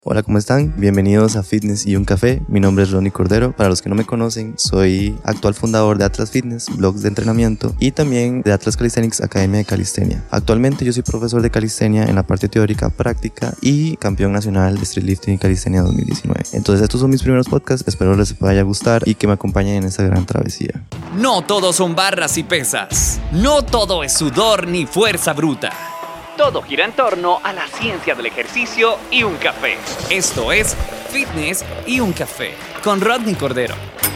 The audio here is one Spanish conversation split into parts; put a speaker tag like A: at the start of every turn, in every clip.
A: Hola, ¿cómo están? Bienvenidos a Fitness y un Café. Mi nombre es Ronnie Cordero. Para los que no me conocen, soy actual fundador de Atlas Fitness, blogs de entrenamiento, y también de Atlas Calisthenics, Academia de Calistenia. Actualmente yo soy profesor de calistenia en la parte teórica, práctica y campeón nacional de Street Lifting y Calistenia 2019. Entonces estos son mis primeros podcasts, espero les vaya a gustar y que me acompañen en esta gran travesía.
B: No todo son barras y pesas. No todo es sudor ni fuerza bruta. Todo gira en torno a la ciencia del ejercicio y un café. Esto es Fitness y un Café con Rodney Cordero.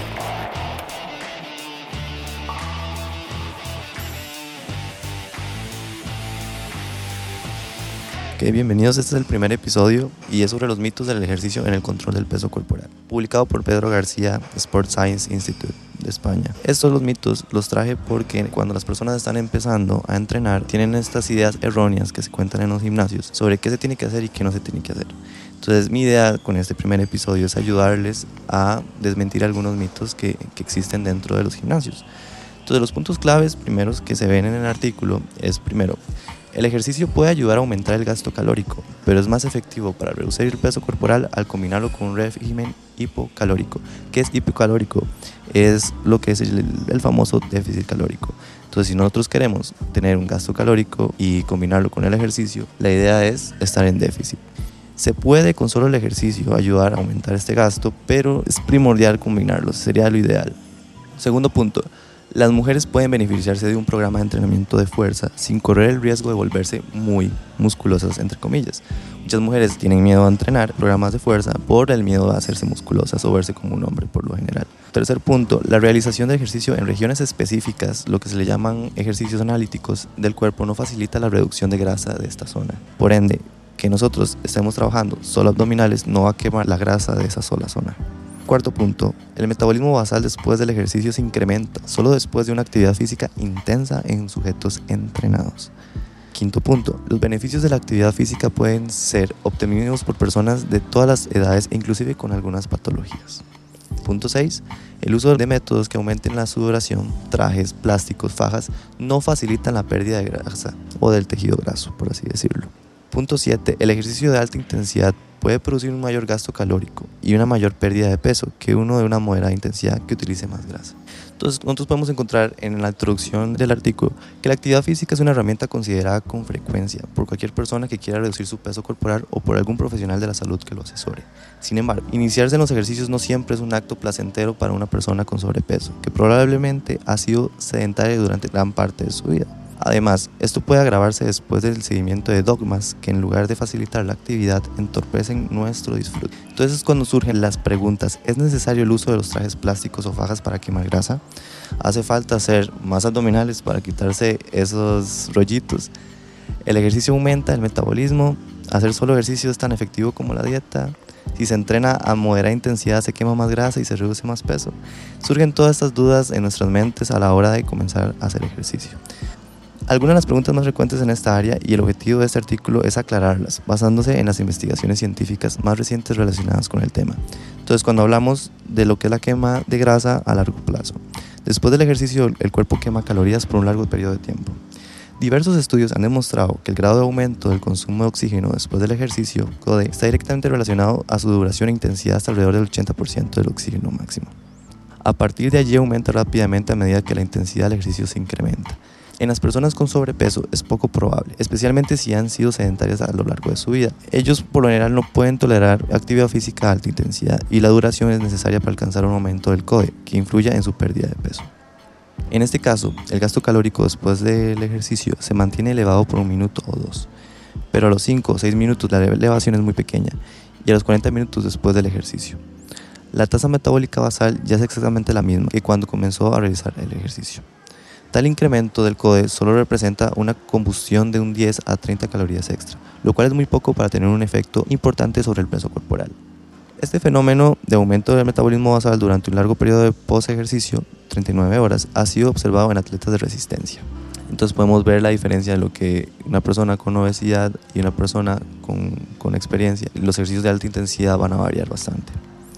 A: Ok, bienvenidos, este es el primer episodio y es sobre los mitos del ejercicio en el control del peso corporal, publicado por Pedro García, Sport Science Institute de España. Estos los mitos los traje porque cuando las personas están empezando a entrenar tienen estas ideas erróneas que se cuentan en los gimnasios sobre qué se tiene que hacer y qué no se tiene que hacer. Entonces mi idea con este primer episodio es ayudarles a desmentir algunos mitos que existen dentro de los gimnasios. Entonces los puntos claves primeros que se ven en el artículo es primero, el ejercicio puede ayudar a aumentar el gasto calórico, pero es más efectivo para reducir el peso corporal al combinarlo con un régimen hipocalórico. ¿Qué es hipocalórico? Es lo que es el famoso déficit calórico. Entonces, si nosotros queremos tener un gasto calórico y combinarlo con el ejercicio, la idea es estar en déficit. Se puede con solo el ejercicio ayudar a aumentar este gasto, pero es primordial combinarlos, sería lo ideal. Segundo punto. Las mujeres pueden beneficiarse de un programa de entrenamiento de fuerza sin correr el riesgo de volverse muy musculosas, entre comillas. Muchas mujeres tienen miedo a entrenar programas de fuerza por el miedo a hacerse musculosas o verse como un hombre por lo general. Tercer punto, la realización de ejercicio en regiones específicas, lo que se le llaman ejercicios analíticos del cuerpo, no facilita la reducción de grasa de esta zona. Por ende, que nosotros estemos trabajando solo abdominales no va a quemar la grasa de esa sola zona. Cuarto punto, el metabolismo basal después del ejercicio se incrementa solo después de una actividad física intensa en sujetos entrenados. Quinto punto, los beneficios de la actividad física pueden ser obtenidos por personas de todas las edades e inclusive con algunas patologías. Punto 6, el uso de métodos que aumenten la sudoración, trajes, plásticos, fajas, no facilitan la pérdida de grasa o del tejido graso, por así decirlo. Punto 7, el ejercicio de alta intensidad puede producir un mayor gasto calórico y una mayor pérdida de peso que uno de una moderada intensidad que utilice más grasa. Entonces, nosotros podemos encontrar en la introducción del artículo que la actividad física es una herramienta considerada con frecuencia por cualquier persona que quiera reducir su peso corporal o por algún profesional de la salud que lo asesore. Sin embargo, iniciarse en los ejercicios no siempre es un acto placentero para una persona con sobrepeso, que probablemente ha sido sedentaria durante gran parte de su vida. Además, esto puede agravarse después del seguimiento de dogmas que en lugar de facilitar la actividad entorpecen nuestro disfrute. Entonces es cuando surgen las preguntas, ¿es necesario el uso de los trajes plásticos o fajas para quemar grasa? ¿Hace falta hacer más abdominales para quitarse esos rollitos? ¿El ejercicio aumenta el metabolismo? ¿Hacer solo ejercicio es tan efectivo como la dieta? Si se entrena a moderada intensidad se quema más grasa y se reduce más peso. Surgen todas estas dudas en nuestras mentes a la hora de comenzar a hacer ejercicio. Algunas de las preguntas más frecuentes en esta área y el objetivo de este artículo es aclararlas, basándose en las investigaciones científicas más recientes relacionadas con el tema. Entonces, cuando hablamos de lo que es la quema de grasa a largo plazo, después del ejercicio el cuerpo quema calorías por un largo periodo de tiempo. Diversos estudios han demostrado que el grado de aumento del consumo de oxígeno después del ejercicio CODE está directamente relacionado a su duración e intensidad hasta alrededor del 80% del oxígeno máximo. A partir de allí aumenta rápidamente a medida que la intensidad del ejercicio se incrementa. En las personas con sobrepeso es poco probable, especialmente si han sido sedentarias a lo largo de su vida. Ellos por lo general no pueden tolerar actividad física de alta intensidad y la duración es necesaria para alcanzar un aumento del CODE que influya en su pérdida de peso. En este caso, el gasto calórico después del ejercicio se mantiene elevado por 1 minuto o 2, pero a los 5 o 6 minutos la elevación es muy pequeña y a los 40 minutos después del ejercicio. La tasa metabólica basal ya es exactamente la misma que cuando comenzó a realizar el ejercicio. Tal incremento del CODE solo representa una combustión de un 10 a 30 calorías extra, lo cual es muy poco para tener un efecto importante sobre el peso corporal. Este fenómeno de aumento del metabolismo basal durante un largo periodo de post-ejercicio, 39 horas, ha sido observado en atletas de resistencia. Entonces podemos ver la diferencia de lo que una persona con obesidad y una persona con experiencia. Los ejercicios de alta intensidad van a variar bastante.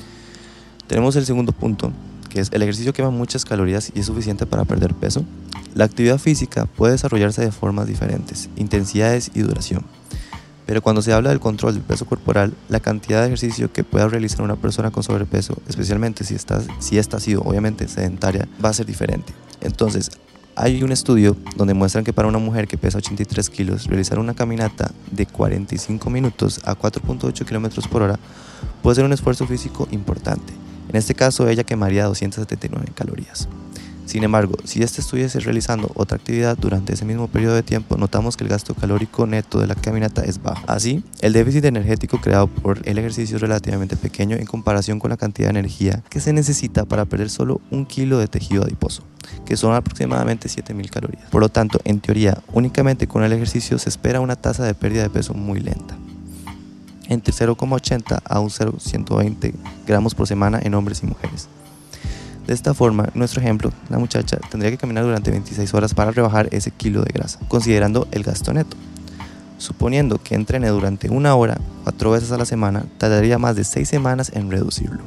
A: Tenemos el segundo punto, que es el ejercicio quema muchas calorías y es suficiente para perder peso. La actividad física puede desarrollarse de formas diferentes, intensidades y duración. Pero cuando se habla del control del peso corporal, la cantidad de ejercicio que pueda realizar una persona con sobrepeso, especialmente si esta ha sido obviamente sedentaria, va a ser diferente. Entonces, hay un estudio donde muestran que para una mujer que pesa 83 kilos, realizar una caminata de 45 minutos a 4.8 kilómetros por hora puede ser un esfuerzo físico importante. En este caso, ella quemaría 279 calorías. Sin embargo, si estuviese realizando otra actividad durante ese mismo periodo de tiempo, notamos que el gasto calórico neto de la caminata es bajo. Así, el déficit energético creado por el ejercicio es relativamente pequeño en comparación con la cantidad de energía que se necesita para perder solo 1 kilo de tejido adiposo, que son aproximadamente 7.000 calorías. Por lo tanto, en teoría, únicamente con el ejercicio se espera una tasa de pérdida de peso muy lenta, entre 0,80 a 0,120 gramos por semana en hombres y mujeres. De esta forma, nuestro ejemplo, la muchacha tendría que caminar durante 26 horas para rebajar ese kilo de grasa, considerando el gasto neto. Suponiendo que entrene durante 1 hora, 4 veces a la semana, tardaría más de 6 semanas en reducirlo.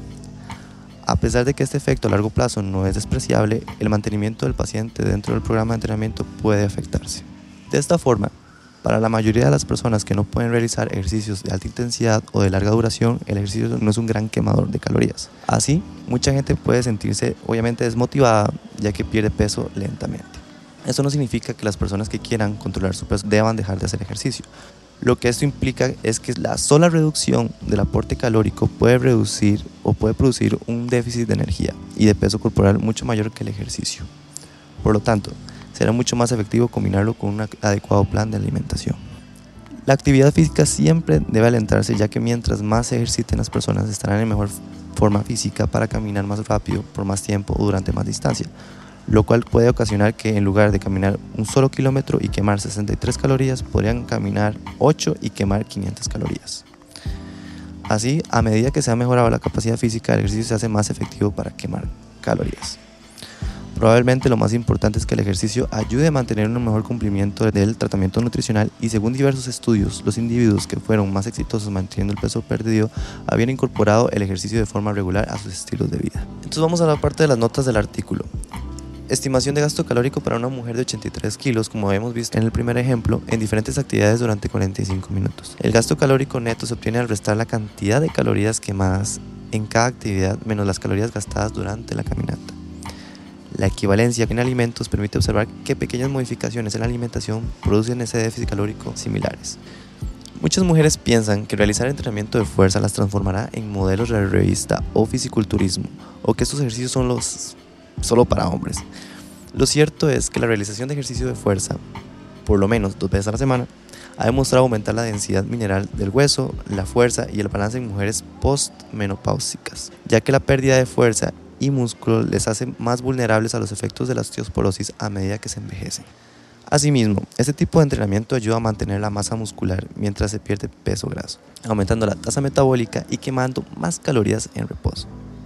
A: A pesar de que este efecto a largo plazo no es despreciable, el mantenimiento del paciente dentro del programa de entrenamiento puede afectarse. De esta forma, para la mayoría de las personas que no pueden realizar ejercicios de alta intensidad o de larga duración, el ejercicio no es un gran quemador de calorías. Así, mucha gente puede sentirse obviamente desmotivada ya que pierde peso lentamente. Esto no significa que las personas que quieran controlar su peso deban dejar de hacer ejercicio. Lo que esto implica es que la sola reducción del aporte calórico puede reducir o puede producir un déficit de energía y de peso corporal mucho mayor que el ejercicio. Por lo tanto, será mucho más efectivo combinarlo con un adecuado plan de alimentación. La actividad física siempre debe alentarse, ya que mientras más se ejerciten las personas estarán en mejor forma física para caminar más rápido por más tiempo o durante más distancia, lo cual puede ocasionar que en lugar de caminar un solo kilómetro y quemar 63 calorías, podrían caminar 8 y quemar 500 calorías. Así, a medida que se ha mejorado la capacidad física, el ejercicio se hace más efectivo para quemar calorías. Probablemente lo más importante es que el ejercicio ayude a mantener un mejor cumplimiento del tratamiento nutricional y según diversos estudios, los individuos que fueron más exitosos manteniendo el peso perdido habían incorporado el ejercicio de forma regular a sus estilos de vida. Entonces vamos a la parte de las notas del artículo. Estimación de gasto calórico para una mujer de 83 kilos, como habíamos visto en el primer ejemplo, en diferentes actividades durante 45 minutos. El gasto calórico neto se obtiene al restar la cantidad de calorías quemadas en cada actividad menos las calorías gastadas durante la caminata. La equivalencia en alimentos permite observar que pequeñas modificaciones en la alimentación producen ese déficit calórico similares. Muchas mujeres piensan que realizar entrenamiento de fuerza las transformará en modelos de revista o fisiculturismo, o que estos ejercicios son solo para hombres. Lo cierto es que la realización de ejercicio de fuerza, por lo menos 2 veces a la semana, ha demostrado aumentar la densidad mineral del hueso, la fuerza y el balance en mujeres postmenopáusicas, ya que la pérdida de fuerza y músculo les hace más vulnerables a los efectos de la osteoporosis a medida que se envejecen. Asimismo, este tipo de entrenamiento ayuda a mantener la masa muscular mientras se pierde peso graso, aumentando la tasa metabólica y quemando más calorías en reposo.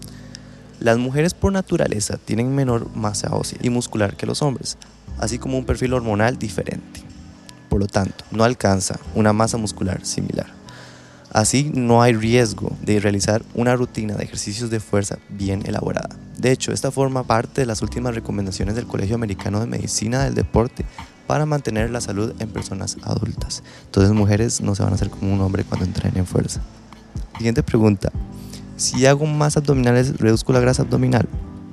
A: Las mujeres por naturaleza tienen menor masa ósea y muscular que los hombres, así como un perfil hormonal diferente. Por lo tanto, no alcanza una masa muscular similar. Así, no hay riesgo de realizar una rutina de ejercicios de fuerza bien elaborada. De hecho, esta forma parte de las últimas recomendaciones del Colegio Americano de Medicina del Deporte para mantener la salud en personas adultas. Entonces, mujeres no se van a hacer como un hombre cuando entrenen fuerza. Siguiente pregunta. Si hago más abdominales, ¿reduzco la grasa abdominal?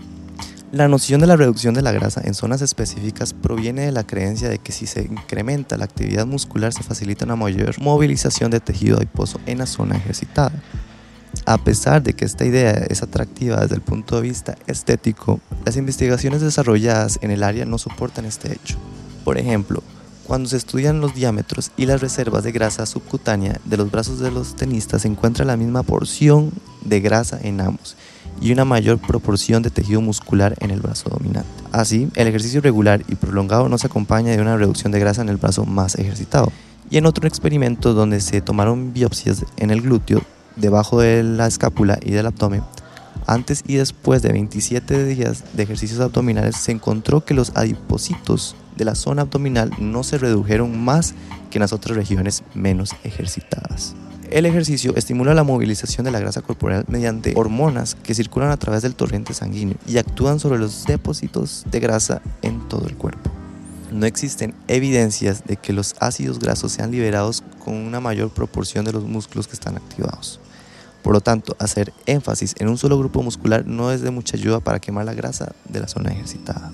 A: La noción de la reducción de la grasa en zonas específicas proviene de la creencia de que si se incrementa la actividad muscular se facilita una mayor movilización de tejido adiposo en la zona ejercitada. A pesar de que esta idea es atractiva desde el punto de vista estético, las investigaciones desarrolladas en el área no soportan este hecho. Por ejemplo, cuando se estudian los diámetros y las reservas de grasa subcutánea de los brazos de los tenistas, se encuentra la misma porción de grasa en ambos y una mayor proporción de tejido muscular en el brazo dominante. Así, el ejercicio regular y prolongado no se acompaña de una reducción de grasa en el brazo más ejercitado. Y en otro experimento donde se tomaron biopsias en el glúteo, debajo de la escápula y del abdomen, antes y después de 27 días de ejercicios abdominales, se encontró que los adipocitos de la zona abdominal no se redujeron más que en las otras regiones menos ejercitadas. El ejercicio estimula la movilización de la grasa corporal mediante hormonas que circulan a través del torrente sanguíneo y actúan sobre los depósitos de grasa en todo el cuerpo. No existen evidencias de que los ácidos grasos sean liberados con una mayor proporción de los músculos que están activados. Por lo tanto, hacer énfasis en un solo grupo muscular no es de mucha ayuda para quemar la grasa de la zona ejercitada.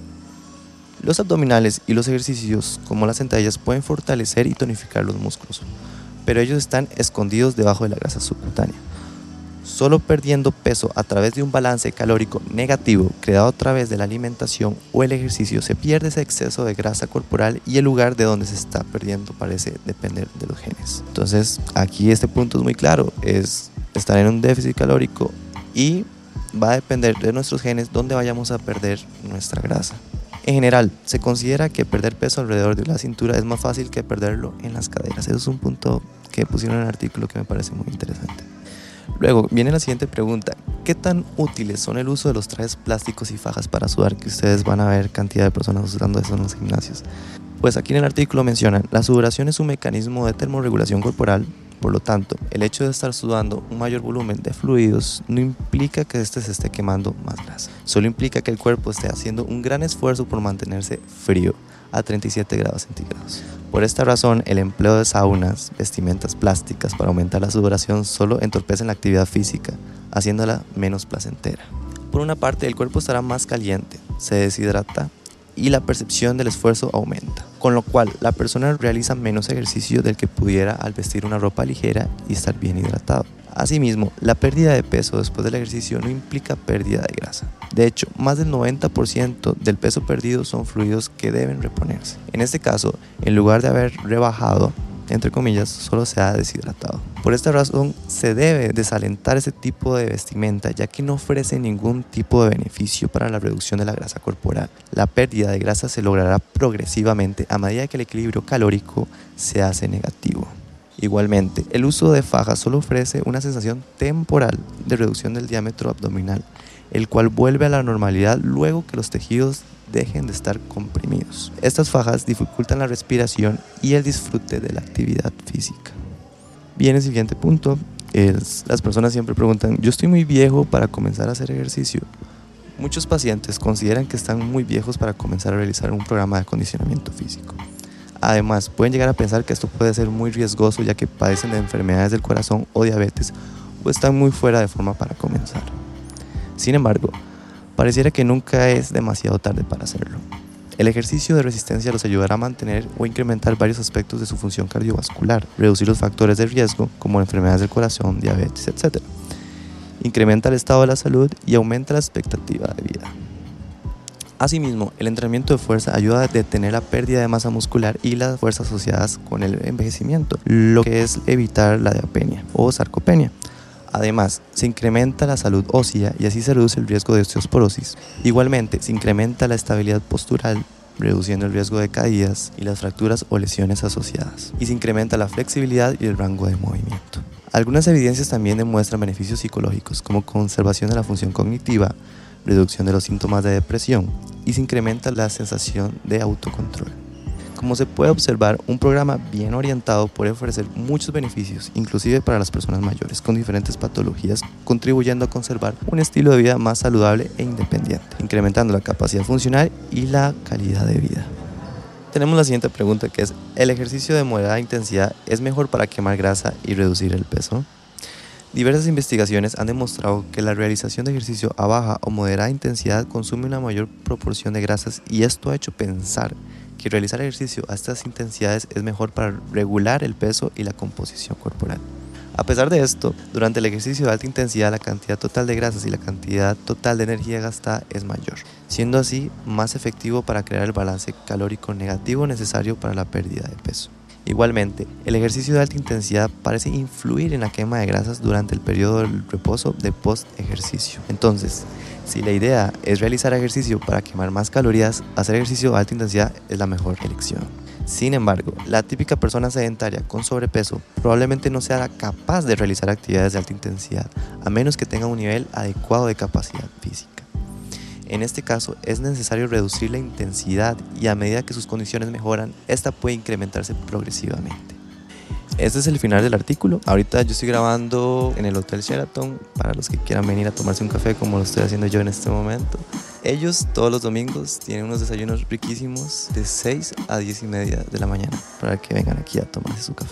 A: Los abdominales y los ejercicios como las sentadillas pueden fortalecer y tonificar los músculos, pero ellos están escondidos debajo de la grasa subcutánea. Solo perdiendo peso a través de un balance calórico negativo creado a través de la alimentación o el ejercicio se pierde ese exceso de grasa corporal y el lugar de donde se está perdiendo parece depender de los genes. Entonces aquí este punto es muy claro, es estar en un déficit calórico y va a depender de nuestros genes dónde vayamos a perder nuestra grasa. En general, se considera que perder peso alrededor de la cintura es más fácil que perderlo en las caderas. Eso es un punto que pusieron en el artículo que me parece muy interesante. Luego viene la siguiente pregunta: ¿qué tan útiles son el uso de los trajes plásticos y fajas para sudar? Que ustedes van a ver cantidad de personas usando eso en los gimnasios. Pues aquí en el artículo mencionan: la sudoración es un mecanismo de termorregulación corporal. Por lo tanto, el hecho de estar sudando un mayor volumen de fluidos no implica que se esté quemando más grasa. Solo implica que el cuerpo esté haciendo un gran esfuerzo por mantenerse frío a 37 grados centígrados. Por esta razón, el empleo de saunas, vestimentas plásticas para aumentar la sudoración solo entorpecen la actividad física, haciéndola menos placentera. Por una parte, el cuerpo estará más caliente, se deshidrata y la percepción del esfuerzo aumenta, con lo cual la persona realiza menos ejercicio del que pudiera al vestir una ropa ligera y estar bien hidratado. Asimismo, la pérdida de peso después del ejercicio no implica pérdida de grasa. De hecho, más del 90% del peso perdido son fluidos que deben reponerse. En este caso, en lugar de haber rebajado, entre comillas, solo se ha deshidratado. Por esta razón, se debe desalentar ese tipo de vestimenta, ya que no ofrece ningún tipo de beneficio para la reducción de la grasa corporal. La pérdida de grasa se logrará progresivamente a medida que el equilibrio calórico se hace negativo. Igualmente, el uso de fajas solo ofrece una sensación temporal de reducción del diámetro abdominal, el cual vuelve a la normalidad luego que los tejidos dejen de estar comprimidos. Estas fajas dificultan la respiración y el disfrute de la actividad física. Bien, el siguiente punto es: las personas siempre preguntan: yo estoy muy viejo para comenzar a hacer ejercicio. Muchos pacientes consideran que están muy viejos para comenzar a realizar un programa de acondicionamiento físico. Además, pueden llegar a pensar que esto puede ser muy riesgoso, ya que padecen de enfermedades del corazón o diabetes o están muy fuera de forma para comenzar. Sin embargo, pareciera que nunca es demasiado tarde para hacerlo. El ejercicio de resistencia los ayudará a mantener o incrementar varios aspectos de su función cardiovascular, reducir los factores de riesgo como enfermedades del corazón, diabetes, etc. Incrementa el estado de la salud y aumenta la expectativa de vida. Asimismo, el entrenamiento de fuerza ayuda a detener la pérdida de masa muscular y las fuerzas asociadas con el envejecimiento, lo que es evitar la diapenia o sarcopenia. Además, se incrementa la salud ósea y así se reduce el riesgo de osteoporosis. Igualmente, se incrementa la estabilidad postural, reduciendo el riesgo de caídas y las fracturas o lesiones asociadas. Y se incrementa la flexibilidad y el rango de movimiento. Algunas evidencias también demuestran beneficios psicológicos, como conservación de la función cognitiva, reducción de los síntomas de depresión y se incrementa la sensación de autocontrol. Como se puede observar, un programa bien orientado puede ofrecer muchos beneficios, inclusive para las personas mayores con diferentes patologías, contribuyendo a conservar un estilo de vida más saludable e independiente, incrementando la capacidad funcional y la calidad de vida. Tenemos la siguiente pregunta, que es: ¿el ejercicio de moderada intensidad es mejor para quemar grasa y reducir el peso? Diversas investigaciones han demostrado que la realización de ejercicio a baja o moderada intensidad consume una mayor proporción de grasas, y esto ha hecho pensar que realizar ejercicio a estas intensidades es mejor para regular el peso y la composición corporal. A pesar de esto, durante el ejercicio de alta intensidad la cantidad total de grasas y la cantidad total de energía gastada es mayor, siendo así más efectivo para crear el balance calórico negativo necesario para la pérdida de peso. Igualmente, el ejercicio de alta intensidad parece influir en la quema de grasas durante el periodo del reposo de post-ejercicio. Entonces, si la idea es realizar ejercicio para quemar más calorías, hacer ejercicio de alta intensidad es la mejor elección. Sin embargo, la típica persona sedentaria con sobrepeso probablemente no sea capaz de realizar actividades de alta intensidad, a menos que tenga un nivel adecuado de capacidad física. En este caso, es necesario reducir la intensidad y a medida que sus condiciones mejoran, esta puede incrementarse progresivamente. Este es el final del artículo. Ahorita yo estoy grabando en el Hotel Sheraton para los que quieran venir a tomarse un café como lo estoy haciendo yo en este momento. Ellos todos los domingos tienen unos desayunos riquísimos de 6 a 10 y media de la mañana para que vengan aquí a tomarse su café.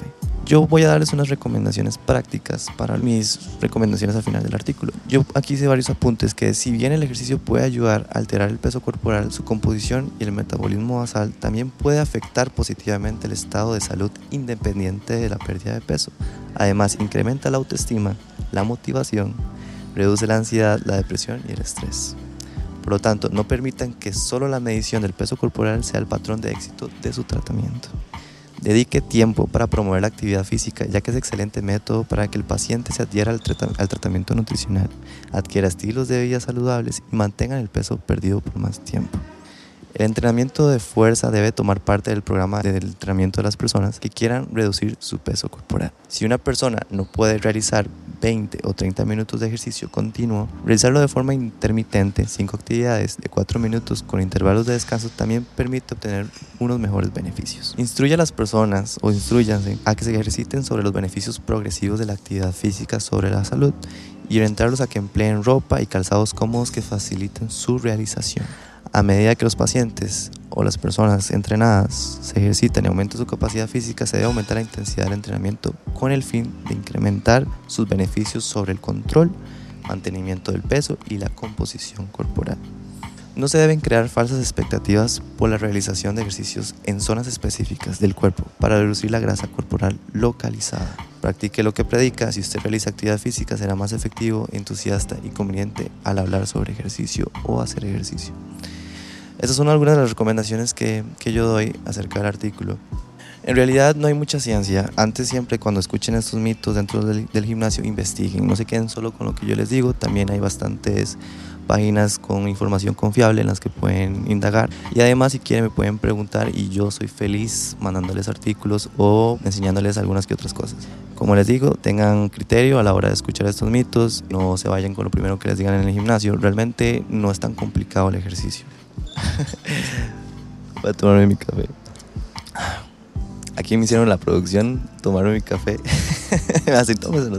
A: Yo voy a darles unas recomendaciones prácticas para mis recomendaciones al final del artículo. Yo aquí hice varios apuntes que si bien el ejercicio puede ayudar a alterar el peso corporal, su composición y el metabolismo basal también puede afectar positivamente el estado de salud independiente de la pérdida de peso. Además, incrementa la autoestima, la motivación, reduce la ansiedad, la depresión y el estrés. Por lo tanto, no permitan que solo la medición del peso corporal sea el patrón de éxito de su tratamiento. Dedique tiempo para promover la actividad física, ya que es excelente método para que el paciente se adhiera al tratamiento nutricional, adquiera estilos de vida saludables y mantenga el peso perdido por más tiempo. El entrenamiento de fuerza debe tomar parte del programa de entrenamiento de las personas que quieran reducir su peso corporal. Si una persona no puede realizar 20 o 30 minutos de ejercicio continuo, realizarlo de forma intermitente, 5 actividades de 4 minutos con intervalos de descanso también permite obtener unos mejores beneficios. Instruye a las personas o instrúyanse a que se ejerciten sobre los beneficios progresivos de la actividad física sobre la salud y orientarlos a que empleen ropa y calzados cómodos que faciliten su realización. A medida que los pacientes o las personas entrenadas se ejercitan y aumentan su capacidad física, se debe aumentar la intensidad del entrenamiento con el fin de incrementar sus beneficios sobre el control, mantenimiento del peso y la composición corporal. No se deben crear falsas expectativas por la realización de ejercicios en zonas específicas del cuerpo para reducir la grasa corporal localizada. Practique lo que predica. Si usted realiza actividad física, será más efectivo, entusiasta y conveniente al hablar sobre ejercicio o hacer ejercicio. Estas son algunas de las recomendaciones que yo doy acerca del artículo. En realidad no hay mucha ciencia. Antes siempre cuando escuchen estos mitos dentro del gimnasio, investiguen. No se queden solo con lo que yo les digo. También hay bastantes páginas con información confiable en las que pueden indagar. Y además si quieren me pueden preguntar y yo soy feliz mandándoles artículos o enseñándoles algunas que otras cosas. Como les digo, tengan criterio a la hora de escuchar estos mitos. No se vayan con lo primero que les digan en el gimnasio. Realmente no es tan complicado el ejercicio. Voy a tomarme mi café. Aquí me hicieron la producción tomarme mi café. Así, tómeselo.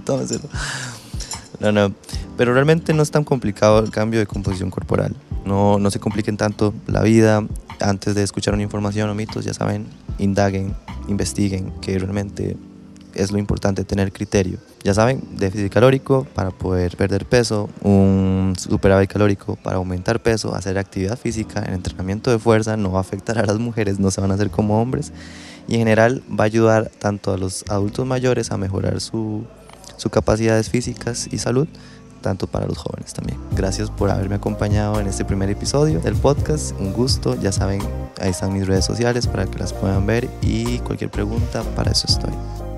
A: No, pero realmente no es tan complicado el cambio de composición corporal. No se compliquen tanto la vida. Antes de escuchar una información o mitos, ya saben, indaguen, investiguen, que realmente es lo importante, tener criterio. Ya saben, déficit calórico para poder perder peso, un superávit calórico para aumentar peso, hacer actividad física, el entrenamiento de fuerza no va a afectar a las mujeres, no se van a hacer como hombres y en general va a ayudar tanto a los adultos mayores a mejorar sus capacidades físicas y salud, tanto para los jóvenes también. Gracias por haberme acompañado en este primer episodio del podcast, un gusto, ya saben, ahí están mis redes sociales para que las puedan ver y cualquier pregunta, para eso estoy.